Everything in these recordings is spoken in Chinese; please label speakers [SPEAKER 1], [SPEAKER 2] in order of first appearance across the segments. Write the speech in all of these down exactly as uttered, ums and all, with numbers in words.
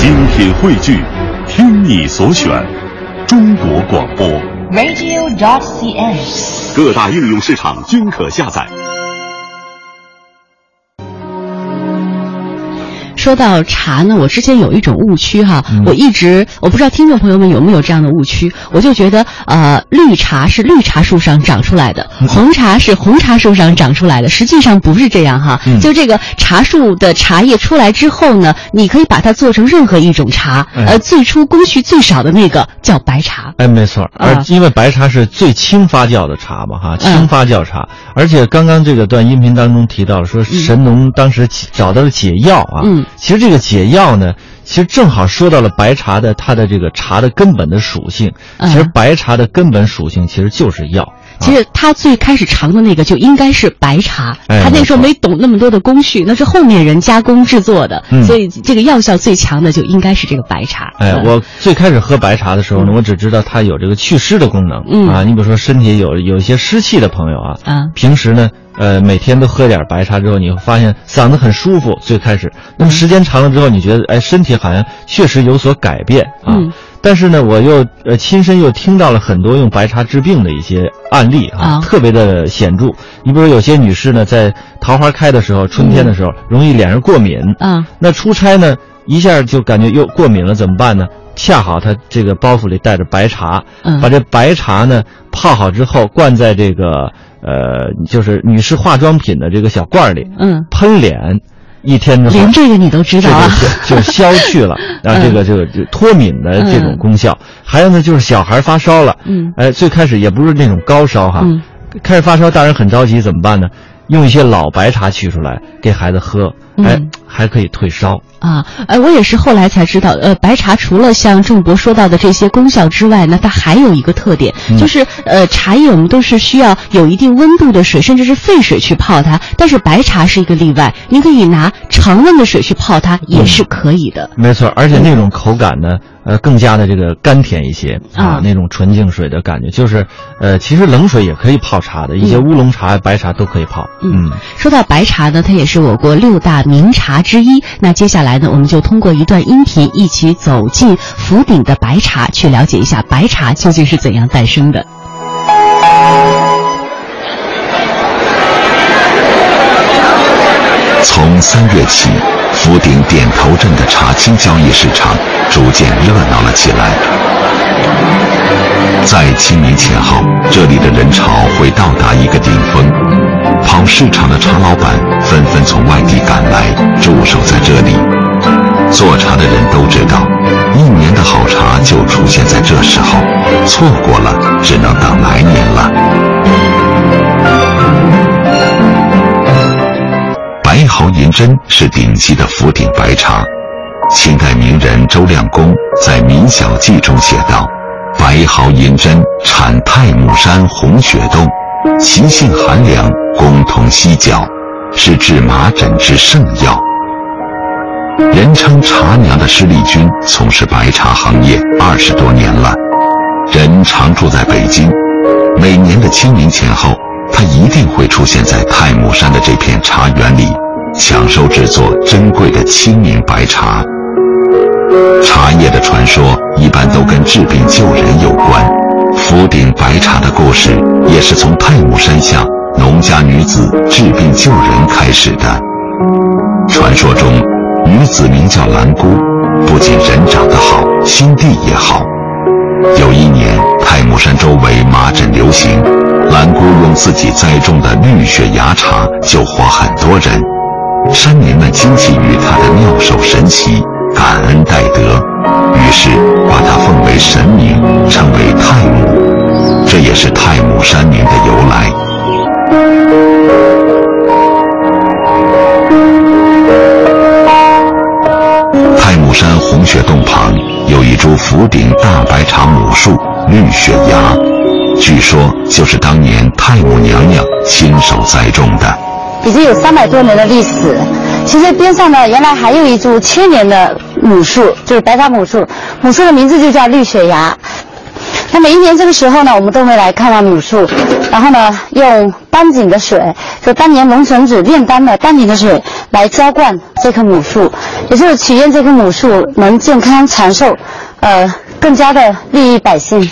[SPEAKER 1] 精品汇聚，听你所选，中国广播
[SPEAKER 2] radio dot c n，
[SPEAKER 1] 各大应用市场均可下载。
[SPEAKER 3] 说到茶呢，我之前有一种误区哈，嗯、我一直我不知道听众朋友们有没有这样的误区，我就觉得呃，绿茶是绿茶树上长出来的，嗯、红茶是红茶树上长出来的，实际上不是这样哈。嗯、就这个茶树的茶叶出来之后呢，你可以把它做成任何一种茶，哎、呃，最初工序最少的那个叫白茶。
[SPEAKER 4] 哎，没错，而因为白茶是最轻发酵的茶嘛哈，轻发酵茶，嗯、而且刚刚这个段音频当中提到了说神农当时找到了解药啊。嗯其实这个解药呢，其实正好说到了白茶的它的这个茶的根本的属性。其实白茶的根本属性其实就是药。
[SPEAKER 3] 其实他最开始尝的那个就应该是白茶，
[SPEAKER 4] 哎、
[SPEAKER 3] 他那时候没懂那么多的工序，那是后面人加工制作的，嗯、所以这个药效最强的就应该是这个白茶。
[SPEAKER 4] 哎，嗯、我最开始喝白茶的时候呢，嗯、我只知道它有这个祛湿的功能。嗯啊，你比如说身体有有一些湿气的朋友啊，啊，平时呢。呃，每天都喝点白茶之后，你会发现嗓子很舒服。最开始，那么时间长了之后，你觉得，哎，身体好像确实有所改变啊。嗯、但是呢，我又呃亲身又听到了很多用白茶治病的一些案例啊，哦、特别的显著。你比如有些女士呢，在桃花开的时候，春天的时候，嗯、容易脸上过敏啊。那出差呢，一下就感觉又过敏了，怎么办呢？恰好她这个包袱里带着白茶，嗯、把这白茶呢泡好之后，灌在这个。呃，就是女士化妆品的这个小罐里，嗯，喷脸，一天之后，
[SPEAKER 3] 连这个你都知道啊，
[SPEAKER 4] 就就消去了，然后这个就就脱敏的这种功效。嗯、还有呢，就是小孩发烧了，嗯，哎，最开始也不是那种高烧哈，嗯、开始发烧，大人很着急，怎么办呢？用一些老白茶取出来给孩子喝，哎，嗯、还可以退烧。
[SPEAKER 3] 啊，呃，我也是后来才知道，呃，白茶除了像郑博说到的这些功效之外呢，它还有一个特点，嗯、就是呃，茶叶我们都是需要有一定温度的水，甚至是沸水去泡它，但是白茶是一个例外，您可以拿常温的水去泡它也是可以的。
[SPEAKER 4] 嗯、没错，而且那种口感呢，呃，更加的这个甘甜一些啊，啊那种纯净水的感觉，就是呃，其实冷水也可以泡茶的，一些乌龙茶、白茶都可以泡。
[SPEAKER 3] 嗯，嗯说到白茶呢，它也是我国六大名茶之一。那接下来呢，我们就通过一段音频一起走进福鼎的白茶，去了解一下白茶究竟是怎样诞生的。
[SPEAKER 5] 从三月起，福鼎点头镇的茶青交易市场逐渐热闹了起来。在清明前后，这里的人潮会到达一个顶峰，跑市场的茶老板纷纷从外地赶来，驻守在这里。做茶的人都知道，一年的好茶就出现在这时候，错过了只能等来年了。白毫银针是顶级的福鼎白茶。清代名人周亮公在《民小记》中写道：白毫银针产太姥山红雪洞，其性寒凉，功同犀角，是治麻疹之圣药。人称茶娘的施丽君从事白茶行业二十多年了，人常住在北京。每年的清明前后，他一定会出现在太姥山的这片茶园里，抢收制作珍贵的清明白茶。茶叶的传说一般都跟治病救人有关，福鼎白茶的故事也是从太姥山下农家女子治病救人开始的。传说中，女子名叫兰姑，不仅人长得好，心地也好。有一年，太姥山周围麻疹流行，兰姑用自己栽种的绿雪芽茶救活很多人，山民们惊奇于她的妙手神奇，感恩戴德，于是把她奉为神明，称为太姥，这也是太姥山名的由来。太姥山红雪洞旁有一株福鼎大白茶母树绿雪芽，据说就是当年太姥娘娘亲手栽种的，
[SPEAKER 6] 已经有三百多年的历史。其实边上呢，原来还有一株千年的母树，就是白茶母树，母树的名字就叫绿雪芽。 那每一年这个时候呢，我们都会来看望母树，然后呢，用丹井的水，就当年龙神子炼丹的丹井的水来浇灌这棵母树，也就是祈愿这棵母树能健康长寿，呃，更加的利益百姓。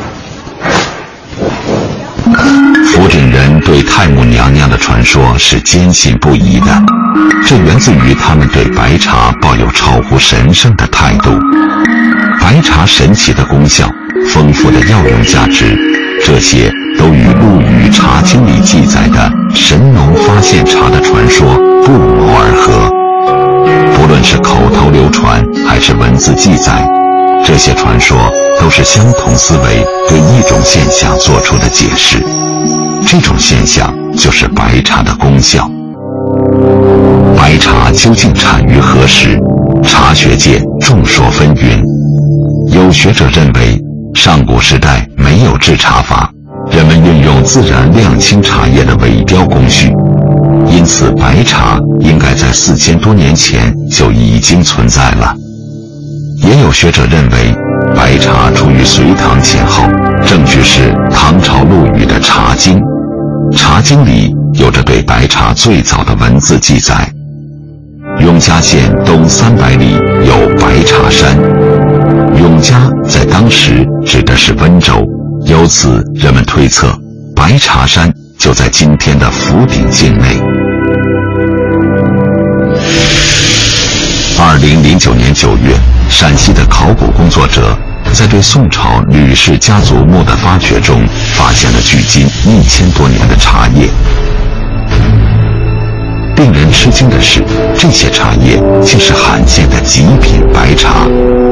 [SPEAKER 5] 福鼎人对太母娘娘的传说是坚信不疑的，这源自于他们对白茶抱有超乎神圣的态度。白茶神奇的功效、丰富的药用价值，这些都与《陆羽茶经》里记载的神农发现茶的传说不谋而合。不论是口头流传还是文字记载，这些传说都是相同思维对一种现象做出的解释，这种现象就是白茶的功效。白茶究竟产于何时？茶学界众说纷纭。有学者认为，上古时代没有制茶法，人们运用自然晾青茶叶的萎凋工序，因此白茶应该在四千多年前就已经存在了。也有学者认为，白茶出于隋唐前后，证据是唐朝陆羽的《茶经》。《茶经》里有着对白茶最早的文字记载。永嘉县东三百里有白茶山，永嘉在当时指的是温州，由此人们推测，白茶山就在今天的福鼎境内。二零零九年九月，陕西的考古工作者在对宋朝吕氏家族墓的发掘中，发现了距今一千多年的茶叶。令人吃惊的是，这些茶叶竟是罕见的极品白茶。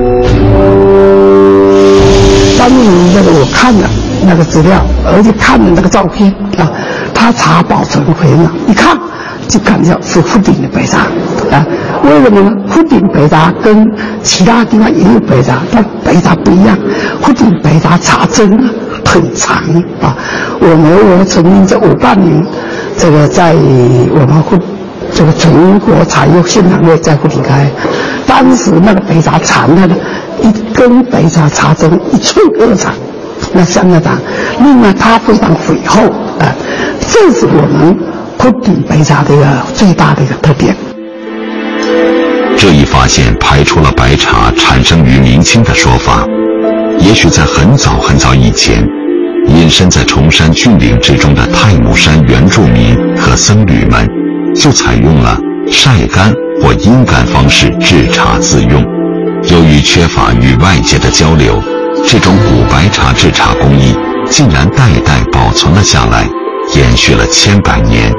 [SPEAKER 7] 当年那个我看了那个资料，而且看了那个照片啊，它茶保存回了，一看就感觉是福鼎的白茶啊。为什么呢？福鼎白茶跟其他地方也有白茶，但白茶不一样。福鼎白茶茶针啊很长啊。我们我曾经在五八年，这个在我们福这个全国茶叶现场会在福鼎开，当时那个白茶长的呢，一根白茶茶针一寸二长，那相当长。另外它非常肥厚啊，这是我们福鼎白茶的一个最大的一个特点。
[SPEAKER 5] 这一发现排除了白茶产生于明清的说法。也许在很早很早以前，隐身在崇山峻岭之中的太姥山原住民和僧侣们就采用了晒干或阴干方式制茶自用。由于缺乏与外界的交流，这种古白茶制茶工艺竟然代代保存了下来，延续了千百年。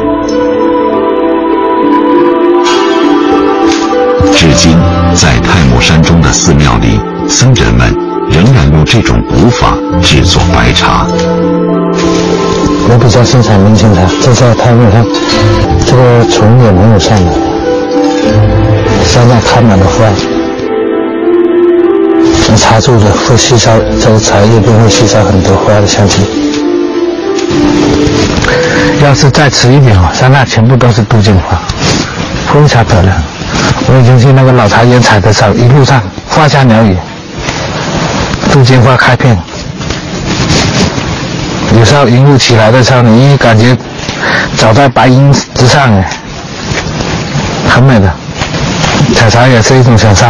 [SPEAKER 5] 至今，在太姥山中的寺庙里，僧人们仍然用这种古法制作白茶。
[SPEAKER 8] 我比较欣赏明清茶，这在太姥山，这个虫也没有上来，山上开满了花，茶柱子会吸收，这个茶叶便会吸收很多花的香气。要是再迟一点哦，山上全部都是杜鹃花，非常漂亮。我已经去那个老茶园采的时候，一路上花香鸟语，杜鹃花开遍。有时候云雾起来的时候，你感觉走在白云之上，哎，很美的。采茶也是一种享受。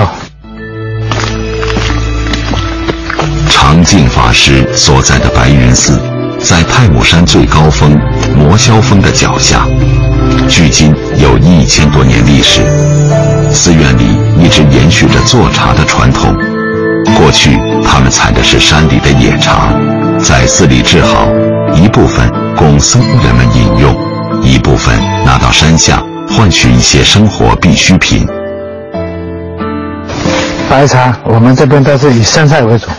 [SPEAKER 5] 常静法师所在的白云寺，在太姥山最高峰摩霄峰的脚下，距今有一千多年历史。寺院里一直延续着做茶的传统。过去他们采的是山里的野茶，在寺里制好，一部分供僧人们饮用，一部分拿到山下换取一些生活必需品。
[SPEAKER 8] 白茶我们这边都是以生晒为主，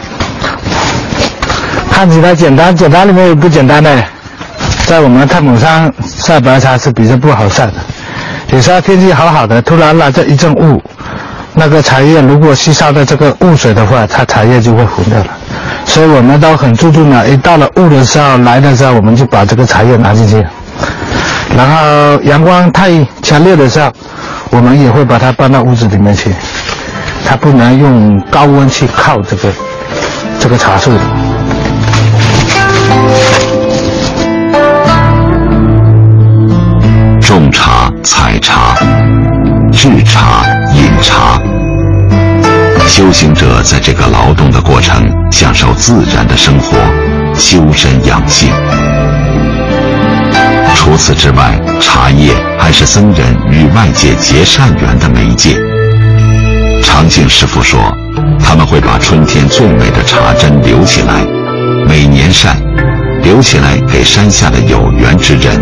[SPEAKER 8] 看起来简单，简单里面有不简单的。在我们太姥山晒白茶是比较不好晒的，有时候天气好好的，突然来这一阵雾，那个茶叶如果吸收的这个雾水的话，它茶叶就会糊掉了。所以我们都很注重的，一到了雾的时候来的时候，我们就把这个茶叶拿进去，然后阳光太强烈的时候，我们也会把它搬到屋子里面去，它不能用高温去靠这个这个茶树的。
[SPEAKER 5] 种茶、采茶、制茶、饮茶，修行者在这个劳动的过程，享受自然的生活，修身养性。除此之外，茶叶还是僧人与外界结善缘的媒介。常静师父说，他们会把春天最美的茶针留起来，每年晒，留起来给山下的有缘之人。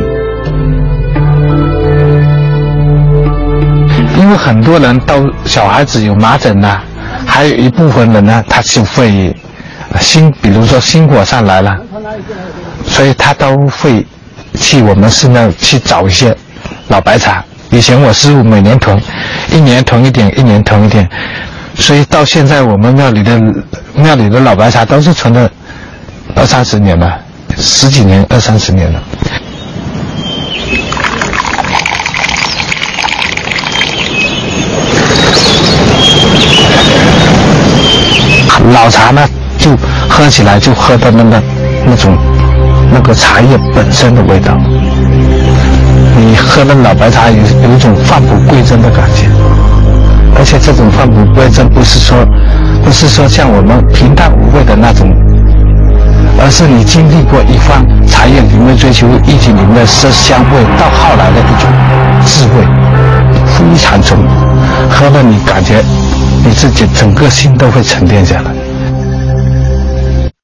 [SPEAKER 8] 因为很多人都小孩子有麻疹呐、啊，还有一部分人呢，他就会心，比如说心火上来了，所以他都会去我们寺庙去找一些老白茶。以前我师父每年囤，一年囤一点，一年囤一点，所以到现在我们庙里的庙里的老白茶都是存了二三十年了，十几年，二三十年了。老茶呢，就喝起来就喝到那个那种那个茶叶本身的味道。你喝的老白茶有有一种返璞归真的感觉，而且这种返璞归真不是说不是说像我们平淡无味的那种，而是你经历过一番茶叶里面追求意境里面的色香味，到后来的一种智慧，非常重，喝了你感觉你自己整个心都会沉淀下来。